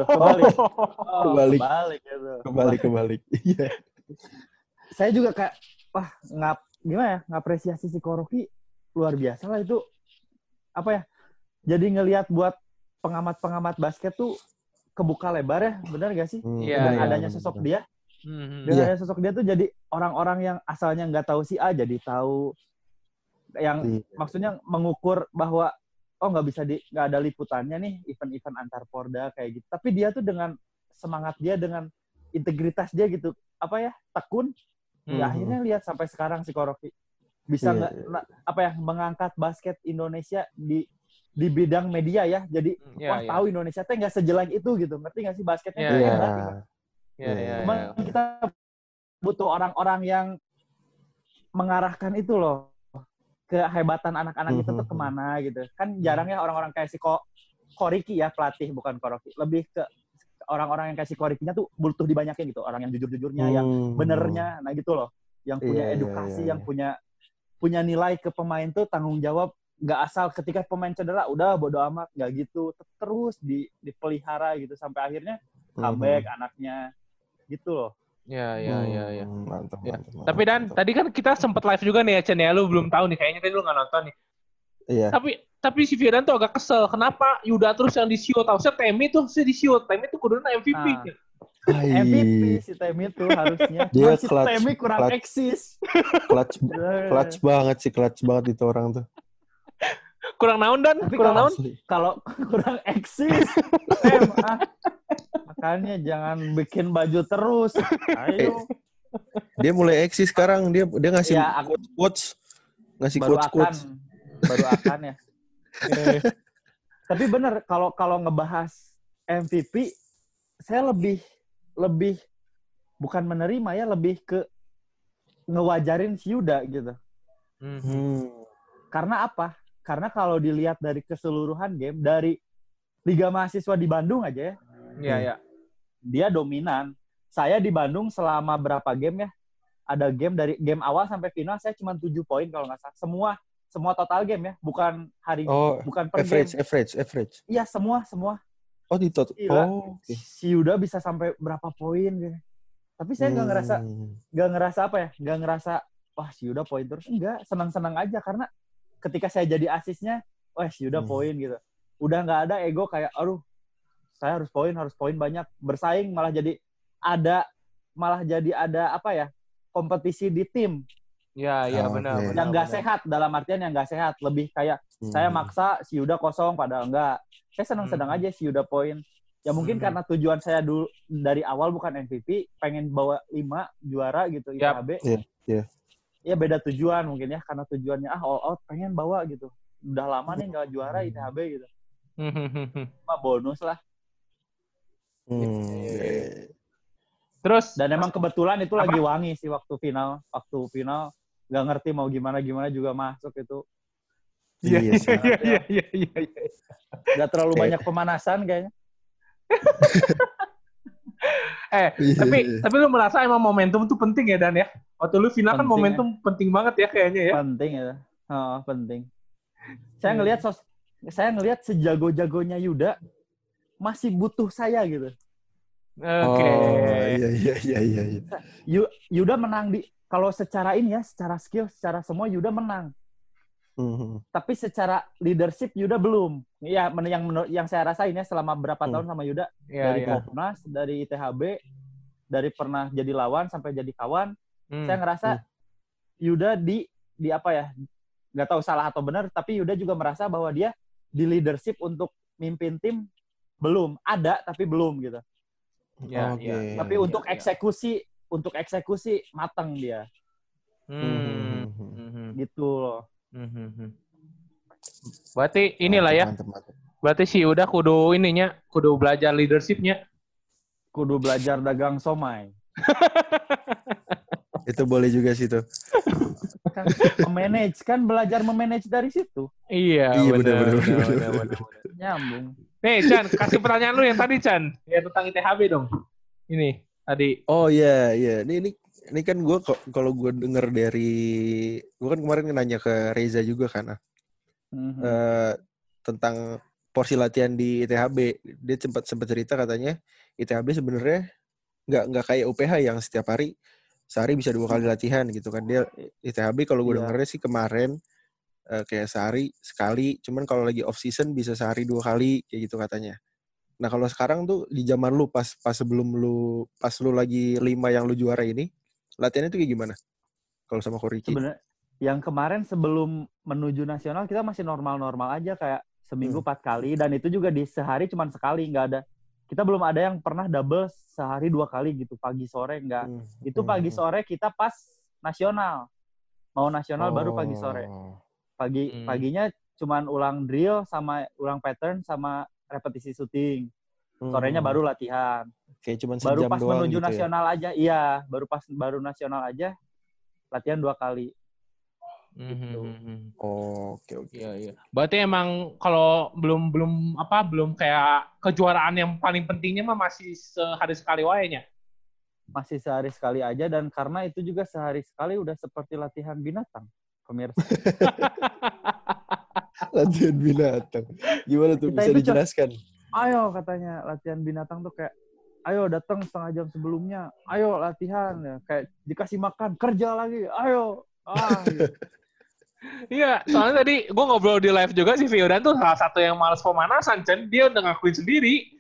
kebalik. Iya. Saya juga kayak ngapresiasi si Koroki luar biasa lah itu. Jadi ngelihat buat pengamat basket tuh kebuka lebar ya, benar gak sih? Dengan adanya sosok dia. Dengan adanya sosok dia tuh jadi orang-orang yang asalnya nggak tahu si A jadi tahu, yang maksudnya mengukur bahwa nggak ada liputannya nih event-event antar porda kayak gitu, tapi dia tuh dengan semangat dia, dengan integritas dia gitu, tekun, ya akhirnya lihat sampai sekarang si Koroki bisa mengangkat basket Indonesia di bidang media ya, jadi tahu Indonesia teh nggak sejelek itu gitu, ngerti nggak sih basketnya hebat gitu. Kita butuh orang-orang yang mengarahkan itu loh, kehebatan anak-anak itu tuh kemana gitu. Kan jarang ya orang-orang kayak si Koriki ya, pelatih bukan Koroki. Lebih ke orang-orang yang kayak si Korikinya tuh butuh dibanyakin gitu. Orang yang jujur-jujurnya, yang benernya, nah gitu loh. Yang punya edukasi, yang punya nilai ke pemain tuh, tanggung jawab. Nggak asal ketika pemain cedera, udah bodo amat. Nggak gitu. Terus dipelihara gitu. Sampai akhirnya comeback anaknya. Gitu loh. Ya. Mantap. Tapi Dan, tadi kan kita sempat live juga nih ya, Chen ya. Lu belum tahu nih, kayaknya tadi lu nggak nonton nih. Iya. Tapi si Firdan tuh agak kesel. Kenapa Yuda terus yang di-shoot? Harusnya Temi tuh di-shoot. Temi tuh kuduna MVP. MVP si Temi tuh harusnya. Dia si Temi kurang eksis. Clutch banget itu orang tuh. Kurang naon Dan? Tapi kurang naon? Kalau kurang eksis. Makanya jangan bikin baju terus. Ayo. Dia mulai eksis sekarang. Dia ngasih quotes. Ngasih quotes. Baru akan ya. Tapi bener, kalau ngebahas MVP, saya lebih bukan menerima ya, lebih ke ngewajarin si Yuda gitu. Karena apa? karena kalau dilihat dari keseluruhan game, dari Liga Mahasiswa di Bandung aja ya. Iya, ya. Dia dominan. Saya di Bandung selama berapa game ya? Ada game dari game awal sampai final saya cuma 7 poin kalau nggak salah. Semua total game ya, bukan bukan per average, game. Average. Iya, semua. Oh, di total. Oh, okay. Si Yuda bisa sampai berapa poin gitu. Tapi saya nggak ngerasa apa ya? Nggak ngerasa wah si Yuda poin terus. Enggak, senang-senang aja karena ketika saya jadi asisnya, wah si Yuda poin gitu. Udah nggak ada ego kayak, aduh, saya harus poin banyak. Bersaing malah jadi ada apa ya? Kompetisi di tim. Iya, benar. Yang nggak sehat, dalam artian yang nggak sehat. Lebih kayak saya maksa si Yuda kosong, padahal enggak. Saya senang-senang aja si Yuda poin. Ya mungkin karena tujuan saya dulu dari awal bukan MVP, pengen bawa 5 juara gitu ITHB. Iya. Ya beda tujuan mungkin ya, karena tujuannya all out pengen bawa gitu. Udah lama nih nggak juara ITHB gitu. Bonus lah. Terus dan emang kebetulan itu lagi wangi sih waktu final nggak ngerti mau gimana juga masuk itu. Iya. Nggak terlalu banyak pemanasan kayaknya. Tapi lu merasa emang momentum tuh penting ya Dan ya? Waktu lu final kan momentum penting banget ya kayaknya ya? Penting ya. Penting. Saya ngelihat sejago-jagonya Yuda masih butuh saya gitu. Oke. Iya. Yuda menang kalau secara ini ya, secara skill, secara semua Yuda menang. Tapi secara leadership Yuda belum. Ya, yang saya rasain ya selama berapa tahun sama Yuda, dari Kopnas, dari ITHB, dari pernah jadi lawan sampai jadi kawan, saya ngerasa Yuda di apa ya? Nggak tahu salah atau benar, tapi Yuda juga merasa bahwa dia di leadership untuk mimpin tim belum ada, tapi belum gitu. Tapi untuk eksekusi matang dia. Gitu loh. Berarti inilah ya. Mantap. Berarti sih udah kudu belajar leadershipnya. Kudu belajar dagang somai. Itu boleh juga sih tuh. Kan belajar memanage dari situ. Iya benar. Nyambung. Nih Chan, kasih pertanyaan lu yang tadi Chan, ya tentang ITHB dong. Ini tadi. Oh iya. Ini kan gue kalau gue denger dari gue kan kemarin nanya ke Reza juga kan tentang porsi latihan di ITHB. Dia sempat cerita katanya ITHB sebenarnya nggak kayak UPH yang setiap hari sehari bisa 2 kali latihan gitu kan. Dia ITHB kalau gue dengernya sih kemarin kayak sehari sekali, cuman kalau lagi off season bisa sehari 2 kali kayak gitu katanya. Nah kalau sekarang tuh di zaman lu pas sebelum lu lagi 5 yang lu juara ini, latihannya tuh kayak gimana? Kalau sama Ko Riki? Sebenarnya yang kemarin sebelum menuju nasional kita masih normal-normal aja kayak seminggu 4 kali, dan itu juga di sehari cuma sekali, nggak ada. Kita belum ada yang pernah double sehari 2 kali gitu, pagi sore enggak. Itu pagi sore kita pas nasional. Mau nasional baru pagi sore. Paginya cuman ulang drill sama ulang pattern sama repetisi syuting. Sorenya baru latihan. Kayak cuman baru sejam pas doang menuju gitu nasional ya? aja. Iya, baru nasional aja latihan 2 kali. Gitu. Oke. Iya. Berarti emang kalau belum kayak kejuaraan yang paling pentingnya mah masih sehari sekali wayanya. Masih sehari sekali aja, dan karena itu juga sehari sekali udah seperti latihan binatang, pemirsa. Latihan binatang. Gimana tuh, bisa dijelaskan? Ayo katanya latihan binatang tuh kayak ayo datang setengah jam sebelumnya, ayo latihan ya, kayak dikasih makan, kerja lagi, ayo. Gitu. Iya, soalnya tadi gue ngobrol di live juga sih, Fiodan tuh salah satu yang malas pemanasan, Chen. Dia udah ngakuin sendiri.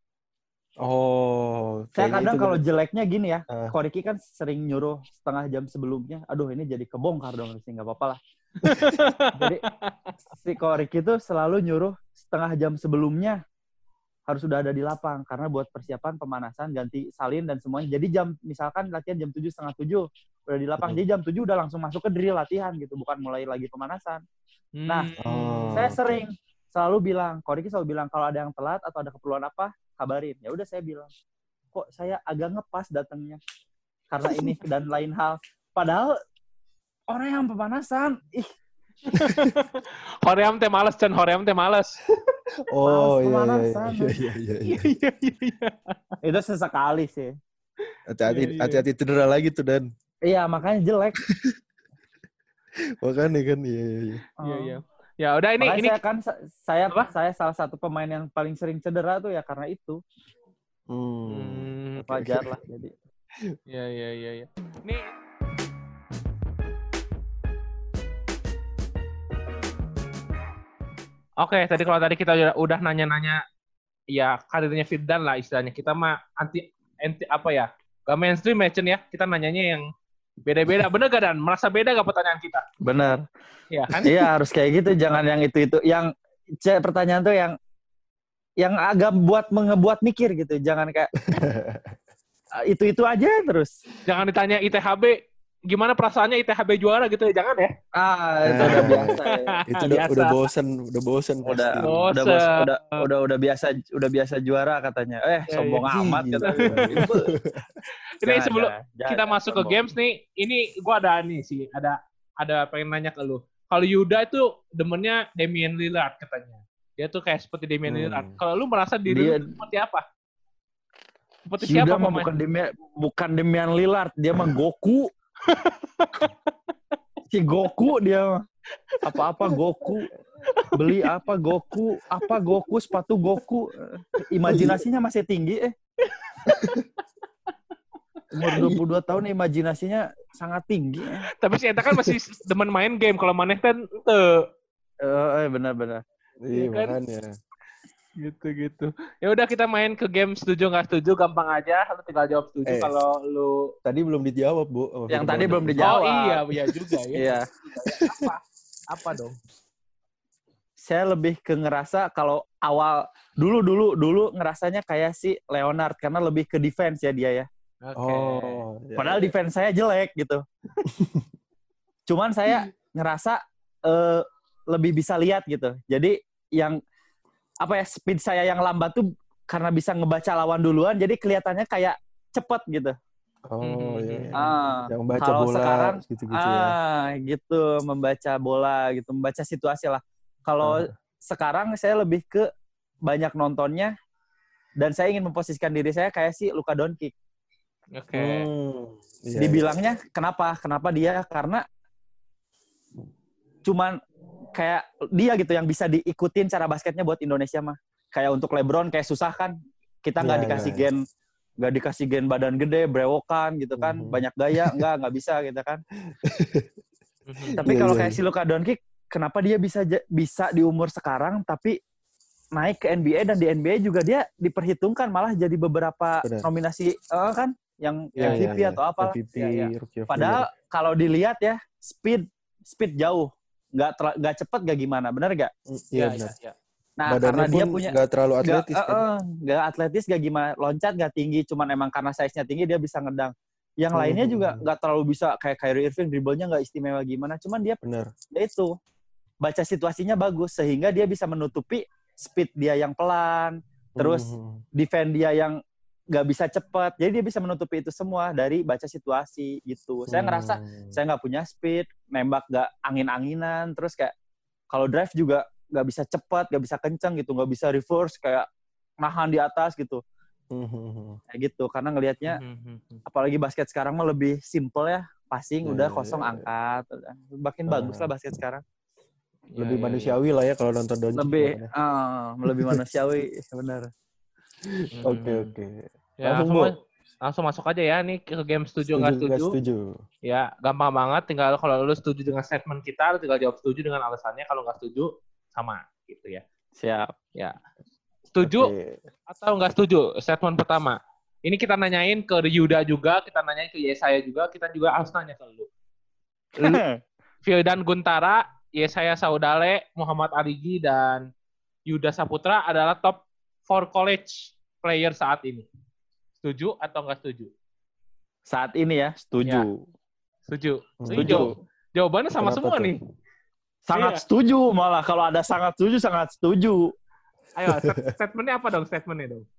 Oh. Saya kadang kalau jeleknya gini ya, Ko Riki kan sering nyuruh setengah jam sebelumnya. Aduh, ini jadi kebongkar dong, sih nggak apa-apa lah. Jadi si Ko Riki tuh selalu nyuruh setengah jam sebelumnya harus sudah ada di lapang, karena buat persiapan pemanasan, ganti salin dan semuanya. Jadi misalkan latihan jam 7:30 udah di lapang, jadi jam 7 udah langsung masuk ke drill latihan gitu, bukan mulai lagi pemanasan. Nah, saya selalu bilang, Ko Riki selalu bilang kalau ada yang telat atau ada keperluan apa, kabarin. Ya udah saya bilang, kok saya agak ngepas datangnya karena ini dan lain hal. Padahal orang yang pemanasan, Hoream teh males, Chan. Hoream teh males. Oh iya pemanasan. iya. Itu sesekali sih. Hati-hati cedera lagi tuh Dan. Iya, makanya jelek. Makanya kan iya. Iya. Ya udah ini Makanya saya salah satu pemain yang paling sering cedera tuh ya karena itu. Wajar lah jadi. Iya. Nih Oke, kalau tadi kita udah nanya-nanya ya karirnya Firdan lah istilahnya. Kita mah anti apa ya? Gak mainstream ya, Cen ya. Kita nanyanya yang beda-beda. Bener gak Dan? Merasa beda gak pertanyaan kita? Bener. Iya kan? Iya harus kayak gitu. Jangan yang itu. Yang pertanyaan tuh yang agak ngebuat mikir gitu. Jangan kayak itu aja terus. Jangan ditanya ITHB. Gimana perasaannya ITHB juara gitu ya? Jangan ya? Itu udah biasa ya. Itu udah bosen pasti. Udah biasa juara katanya. Sombong amat katanya. Ini sebelum kita masuk ke games nih, ini gue ada nih sih, ada pengen nanya ke lu. Kalau Yuda itu demennya Damian Lillard katanya. Dia tuh kayak seperti Damian Lillard. Kalau lu merasa diri lu seperti apa? Seperti Yuda siapa mah bukan Damian Lillard, dia mah Goku. Si Goku dia mah. Apa-apa Goku. Beli apa Goku, sepatu Goku. Imajinasinya masih tinggi Umur 22 tahun imajinasinya sangat tinggi. Tapi si Eta kan masih demen main game. Kalau maneh kan benar. Iya kan? makanya. Gitu. Ya udah kita main ke game setuju nggak setuju, gampang aja. Lu tinggal jawab setuju kalau lu. Tadi belum dijawab, Bu. Yang tadi belum dijawab. Oh iya juga ya. Iya. Apa dong? Saya lebih ke ngerasa kalau awal dulu ngerasanya kayak si Leonard karena lebih ke defense ya dia ya. Okay. Padahal defense saya jelek gitu. Cuman saya ngerasa lebih bisa lihat gitu. Jadi yang speed saya yang lambat tuh karena bisa ngebaca lawan duluan, jadi kelihatannya kayak cepet gitu. Oh iya. Yang baca kalau bola sekarang, gitu-gitu ya. Gitu, membaca bola gitu, membaca situasi lah. Kalau sekarang saya lebih ke banyak nontonnya dan saya ingin memposisikan diri saya kayak si Luka Doncic. Oke. Dibilangnya kenapa dia karena cuman kayak dia gitu yang bisa diikutin cara basketnya buat Indonesia mah. Kayak untuk LeBron kayak susah kan. Kita nggak dikasih gen badan gede, brewokan gitu kan, banyak gaya, nggak bisa gitu kan. Tapi kalau kayak si Luka Doncic, kenapa dia bisa di umur sekarang tapi naik ke NBA dan di NBA juga dia diperhitungkan malah jadi beberapa nominasi kan yang MVP atau apa. Padahal kalau dilihat ya speed jauh. Nggak cepat nggak gimana, benar nggak? Iya benar. Nah badannya karena dia punya nggak terlalu atletis nggak atletis nggak gimana, loncat nggak tinggi, cuman emang karena size-nya tinggi dia bisa ngedang. Yang lainnya juga nggak terlalu bisa kayak Kyrie Irving, dribblenya nggak istimewa gimana, cuman dia itu baca situasinya bagus sehingga dia bisa menutupi speed dia yang pelan, terus defend dia yang nggak bisa cepat, jadi dia bisa menutupi itu semua dari baca situasi gitu. Saya ngerasa saya nggak punya speed, nembak nggak angin-anginan, terus kayak kalau drive juga nggak bisa cepat, nggak bisa kenceng gitu, nggak bisa reverse kayak nahan di atas gitu. Kayak gitu, karena ngelihatnya apalagi basket sekarang mah lebih simple ya, passing udah kosong angkat, makin bagus lah basket sekarang. Lebih manusiawi lah ya kalau nonton Doncic. Lebih manusiawi, benar. Oke. Ya, langsung masuk aja ya nih ke game setuju nggak setuju. Ya, gampang banget. Tinggal kalau lu setuju dengan statement kita, lu tinggal jawab setuju dengan alasannya. Kalau nggak setuju, sama gitu ya. Siap. Ya. Setuju atau nggak setuju statement pertama? Ini kita nanyain ke Yuda juga, kita nanyain ke Yesaya juga, kita juga harus nanya ke lu. Firdan Guntara, Yesaya Saudale, Muhammad Arigi, dan Yuda Saputra adalah top 4 college player saat ini. Setuju atau nggak setuju? Saat ini ya, setuju. Ya. Setuju. Jawabannya sama semua nih. Sangat setuju malah. Kalau ada sangat setuju. Ayo, statementnya apa dong? Statementnya dong.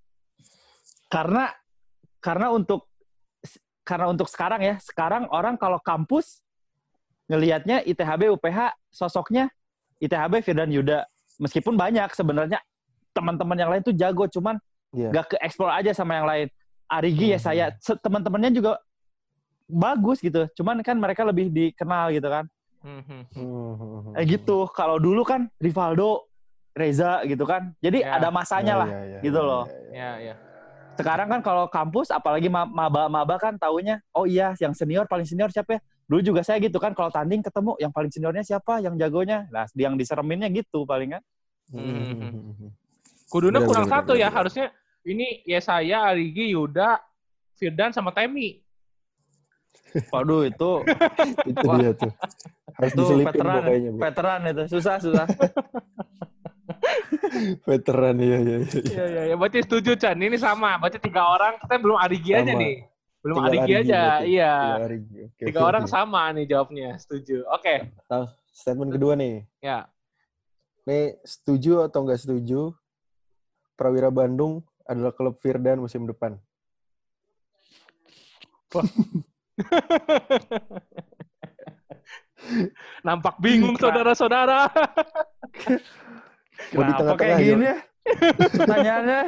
Karena untuk sekarang ya, sekarang orang kalau kampus ngelihatnya ITHB UPH sosoknya ITHB Firdan Yuda. Meskipun banyak sebenarnya teman-teman yang lain tuh jago, cuman nggak ke-explore aja sama yang lain. Arigi ya saya, teman-temannya juga bagus gitu. Cuman kan mereka lebih dikenal gitu kan. Gitu. Kalau dulu kan Rivaldo, Reza gitu kan. Jadi ada masanya lah gitu loh. Sekarang kan kalau kampus apalagi maba kan taunya oh iya yang senior paling senior siapa ya? Dulu juga saya gitu kan kalau tanding ketemu yang paling seniornya siapa, yang jagonya. Nah, yang disereminnya gitu paling kan. Kuduna kurang satu ya, harusnya ini ya saya, Arigi, Yuda, Firdan sama Temi. Waduh itu dia tuh. Harus diselipin pokoknya. Veteran itu, susah. Veteran, iya. Iya. Berarti setuju, Chan. Ini sama. Berarti 3 orang, kita belum Arigi aja nih. Belum Arigi aja, berarti. Iya. 3 orang sama nih jawabnya, setuju. Oke. Statement kedua nih. Ya. Nih, setuju atau nggak setuju Prawira Bandung adalah klub Firdan musim depan? Nampak bingung saudara-saudara. Kenapa kayak gini ya? Pertanyaannya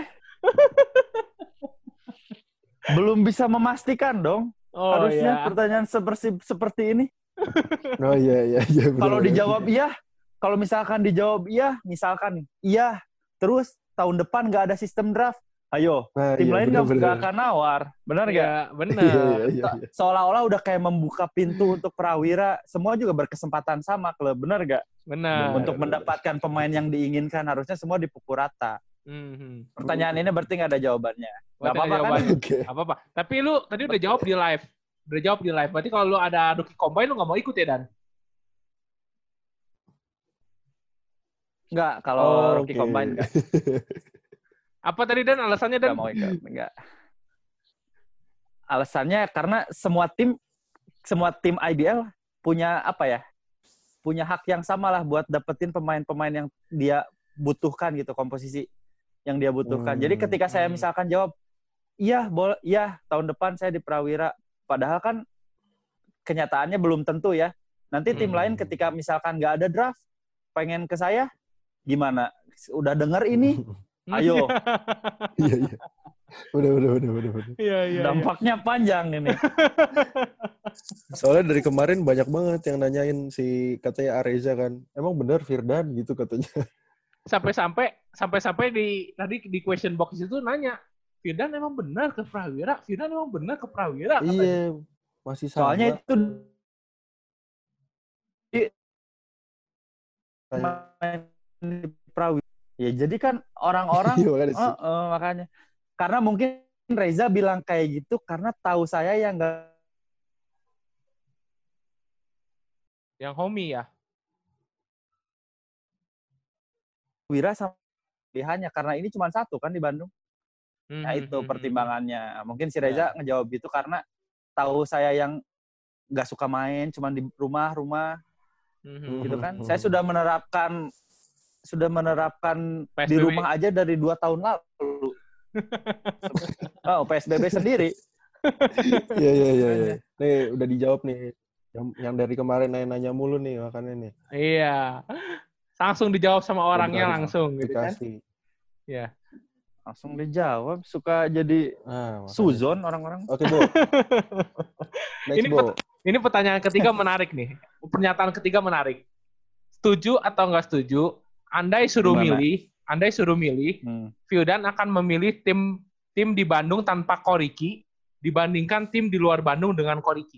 belum bisa memastikan dong. Harusnya pertanyaan seperti ini. Oh iya. Kalau dijawab iya, kalau misalkan dijawab iya, terus tahun depan nggak ada sistem draft. Ayo, tim lain nggak akan nawar, benar nggak? Iya, benar. Seolah-olah udah kayak membuka pintu untuk Prawira, semua juga berkesempatan sama klub, benar nggak? Benar. Untuk mendapatkan pemain yang diinginkan, harusnya semua dipukul rata. Pertanyaan ini berarti nggak ada jawabannya. Nggak apa-apa kan? Apa-apa. Tapi lu tadi udah jawab di live. Berarti kalau lu ada rookie combine, lu nggak mau ikut ya, Dan? Nggak, kalau rookie combine nggak. Apa tadi, Dan? Alasannya, Dan? Nggak mau ikut, nggak. Alasannya karena semua tim IBL punya punya hak yang sama lah buat dapetin pemain-pemain yang dia butuhkan gitu, komposisi yang dia butuhkan. Jadi ketika saya misalkan jawab, iya tahun depan saya di Prawira, padahal kan kenyataannya belum tentu ya. Nanti tim lain ketika misalkan nggak ada draft, pengen ke saya, gimana? Udah denger ini? Ayo. Iya. Udah. Iya. Dampaknya panjang ini. Soalnya dari kemarin banyak banget yang nanyain si katanya Areza kan. Emang bener Firdan gitu katanya. Sampai tadi di question box itu nanya, Firdan emang benar ke Prawira? Katanya. Iya, masih sama. Soalnya itu di Prawira. Ya jadi kan orang-orang makanya. Karena mungkin Reza bilang kayak gitu karena tahu saya yang enggak yang homie ya. Wira sama pilihannya karena ini cuma satu kan di Bandung. Nah itu pertimbangannya. Mungkin si Reza ngejawab gitu karena tahu saya yang nggak suka main cuma di rumah gitu kan. Saya sudah menerapkan PSBB. Di rumah aja dari 2 tahun lalu. PSBB sendiri. Iya. Nih udah dijawab nih. Yang dari kemarin nanya mulu nih makanya nih. Iya. Langsung dijawab sama orangnya langsung gitu kan. Iya. Langsung dijawab, suka jadi suzon orang-orang. Oke, Bu. Ini pertanyaan ketiga menarik nih. Pernyataan ketiga menarik. Setuju atau enggak setuju? Andai suruh milih, Firdan akan memilih tim di Bandung tanpa Koriki dibandingkan tim di luar Bandung dengan Koriki.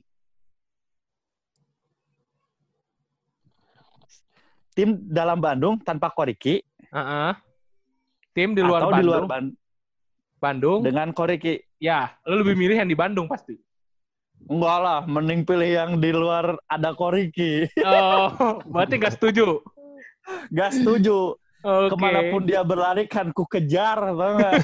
Tim dalam Bandung tanpa Koriki. Tim di luar Bandung. Di luar Bandung dengan Koriki. Ya, lu lebih milih yang di Bandung pasti. Enggak lah, mending pilih yang di luar ada Koriki. Oh, berarti nggak setuju? Gak setuju. Okay. Kemanapun dia berlari kan ku kejar, tau gak?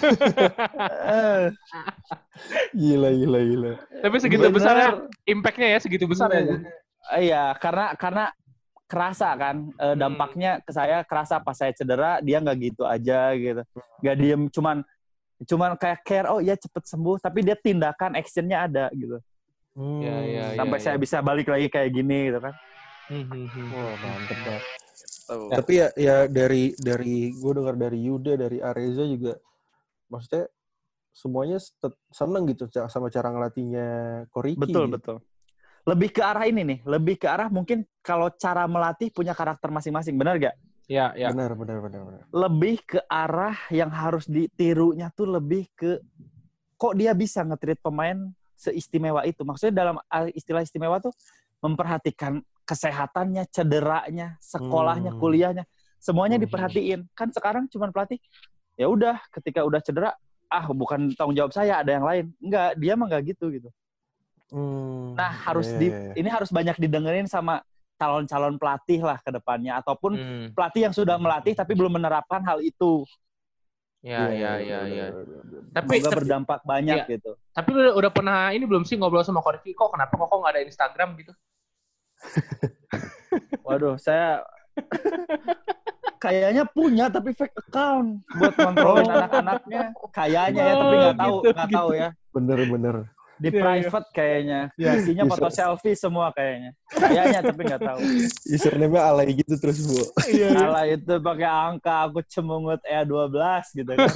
Gila. Tapi segitu besar ya, impact-nya ya segitu besar ya. Iya, karena kerasa kan dampaknya ke saya kerasa pas saya cedera dia nggak gitu aja gitu, nggak diem cuman kayak care cepet sembuh tapi dia tindakan actionnya ada gitu. Sampai saya bisa balik lagi kayak gini gitu kan. Wah, mantep banget. Oh. Tapi ya dari gue dengar dari Yuda, dari Areza juga, maksudnya semuanya seneng gitu sama cara ngelatihnya Koriki. Betul, gitu. betul. Lebih ke arah ini nih, lebih ke arah mungkin kalau cara melatih punya karakter masing-masing, benar gak? Ya. Benar. Lebih ke arah yang harus ditirunya tuh lebih ke kok dia bisa nge-treat pemain seistimewa itu. Maksudnya dalam istilah istimewa tuh memperhatikan kesehatannya, cederanya, sekolahnya, kuliahnya, semuanya diperhatiin. Kan sekarang cuma pelatih, ya udah ketika udah cedera, bukan tanggung jawab saya, ada yang lain. Enggak, dia mah enggak gitu. Nah, ini harus banyak didengerin sama calon-calon pelatih lah ke depannya, ataupun pelatih yang sudah melatih tapi belum menerapkan hal itu. Ya. Tapi berdampak banyak gitu. Tapi udah pernah ini belum sih ngobrol sama Koriki, kok kenapa kok nggak ada Instagram gitu? Waduh, saya kayaknya punya tapi fake account buat kontrolin anak-anaknya. Kayaknya ya, tapi nggak tahu ya. Bener. Di private kayaknya. Isinya foto selfie semua kayaknya. Kayaknya tapi nggak tahu. Username-nya alay gitu terus, Bu. Alay itu pakai angka, aku cemungut E12 gitu kan.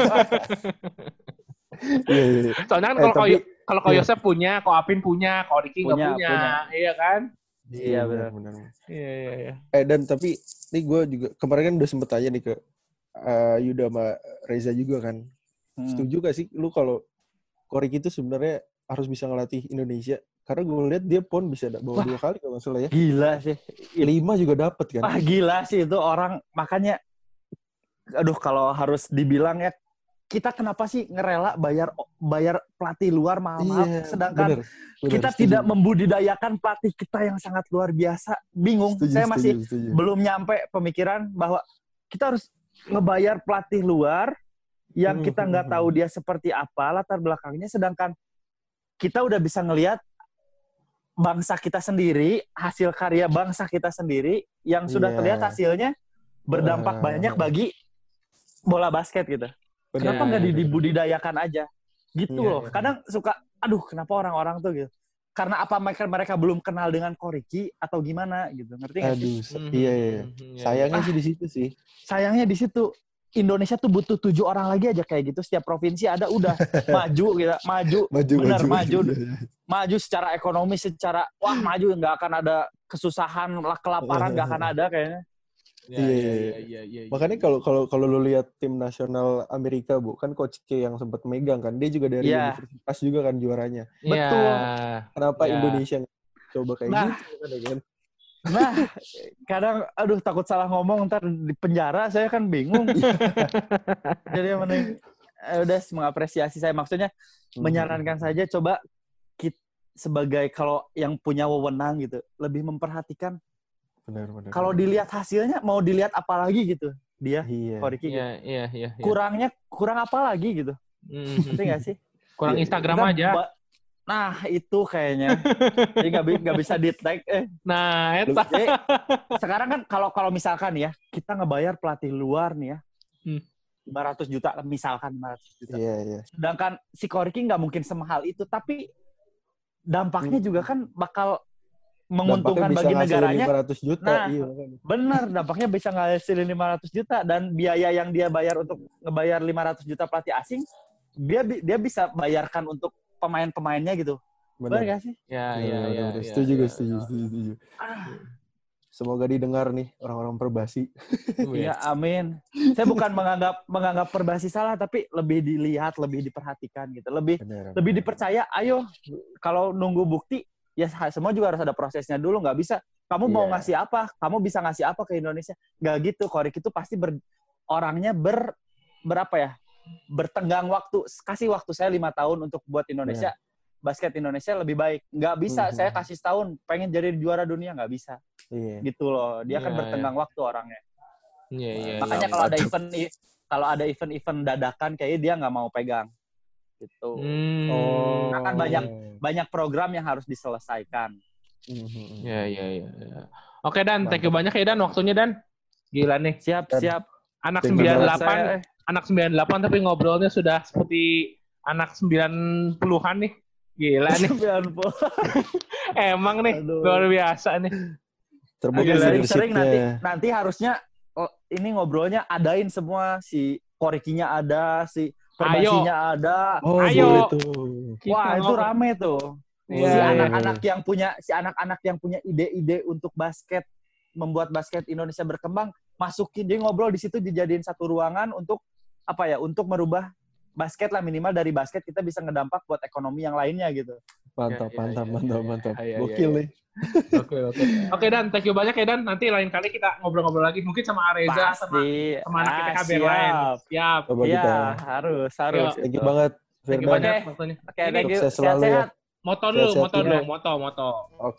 Iya. Soalnya kan kalau Ko Yosef punya, Ko Apin punya, Ko Riki nggak punya. Iya kan? Iya benar. Iya. Dan tapi ini gue juga kemarin kan udah sempet tanya nih ke Yuda sama Reza juga kan. Setuju gak sih lu kalau Koriki itu sebenarnya harus bisa ngelatih Indonesia? Karena gue lihat dia PON bisa bawa 2 kali kalau nggak salah ya. Gila sih. 5 juga dapet kan. Gila sih itu orang, makanya kalau harus dibilang ya, kita kenapa sih ngerela bayar pelatih luar mahal-mahal, sedangkan kita tidak membudidayakan pelatih kita yang sangat luar biasa. Bingung. Saya masih belum nyampe pemikiran bahwa kita harus ngebayar pelatih luar yang kita nggak tahu dia seperti apa latar belakangnya, sedangkan kita udah bisa ngelihat bangsa kita sendiri, hasil karya bangsa kita sendiri yang sudah terlihat hasilnya berdampak banyak bagi bola basket gitu. Kenapa nggak dibudidayakan aja? Gitu loh. Kadang suka, kenapa orang-orang tuh gitu. Karena apa mereka belum kenal dengan Koriki atau gimana gitu. Ngerti nggak sih? Iya. Sayangnya sih di situ sih. Sayangnya di situ. Indonesia tuh butuh 7 orang lagi aja kayak gitu. Setiap provinsi ada, udah maju gitu. Maju secara ekonomi, maju, nggak akan ada kesusahan, kelaparan nggak akan ada kayaknya. Iya. Makanya kalau lu lihat tim nasional Amerika, Bu, kan Coach K yang sempat megang kan, dia juga dari universitas juga kan juaranya. Betul. Kenapa Indonesia coba kayak gitu kan? Nah, kadang takut salah ngomong ntar di penjara, saya kan bingung. Jadi mending udah mengapresiasi saya, maksudnya menyarankan saja coba kita sebagai kalau yang punya wewenang gitu, lebih memperhatikan. Benar. Kalau dilihat hasilnya mau dilihat apa lagi gitu dia, Koriki gitu. Iya. Kurang apa lagi gitu. Ngerti nggak sih? Kurang Instagram aja. Nah itu kayaknya. Jadi nggak bisa di-tag. Nah itu. Sekarang kan kalau misalkan ya kita ngebayar pelatih luar nih ya 500 juta misalkan 500 juta. Iya. Sedangkan si Koriki nggak mungkin semahal itu, tapi dampaknya juga kan bakal menguntungkan bagi negaranya. 500 juta. Nah, benar, dampaknya bisa ngasilin 500 juta dan biaya yang dia bayar untuk ngebayar 500 juta pelatih asing, dia bisa bayarkan untuk pemain-pemainnya gitu. Benar nggak sih? Ya. Setuju. Semoga didengar nih orang-orang Perbasi. Iya, amin. Saya bukan menganggap Perbasi salah, tapi lebih dilihat, lebih diperhatikan gitu. Lebih dipercaya. Ayo, kalau nunggu bukti, ya semua juga harus ada prosesnya dulu. Nggak bisa, kamu mau ngasih apa? Kamu bisa ngasih apa ke Indonesia? Nggak gitu. Koriki itu pasti orangnya bertenggang waktu. Kasih waktu saya 5 tahun untuk buat Indonesia. Basket Indonesia lebih baik. Nggak bisa saya kasih setahun pengen jadi juara dunia, nggak bisa. Gitu loh. Dia kan bertenggang waktu orangnya. Makanya kalau ada event dadakan kayaknya dia nggak mau pegang. Gitu. Akan banyak program yang harus diselesaikan. Iya. Oke Dan, thank you banyak ya Dan waktunya Dan. Gila nih. Siap. Anak 98, anak 98 tapi ngobrolnya sudah seperti anak 90-an nih. Gila nih. 90. Emang nih, luar biasa nih. Terbuka sering leadership-nya. nanti harusnya ini ngobrolnya adain semua, si Korikinya ada, si Perbasinya ada. Oh, Ayo. tuh. Wah, itu rame tuh. Iya, Si iya. anak-anak yang punya ide-ide untuk basket, membuat basket Indonesia berkembang, masukin dia ngobrol di situ, dijadiin satu ruangan untuk apa ya? Untuk merubah basket lah, minimal dari basket kita bisa ngedampak buat ekonomi yang lainnya gitu. Mantap. Iya. Gokil nih. Oke, Dan, thank you banyak ya, Dan. Nanti lain kali kita ngobrol-ngobrol lagi. Mungkin sama Areza sama anak PTKB lain. Siap. Iya, harus. Thank you banget, Thank you Firdan. banyak waktunya. Oke, thank you. Sukses selalu ya. Sehat-sehat. Moto dulu. Sehat-sehat Moto. Oke.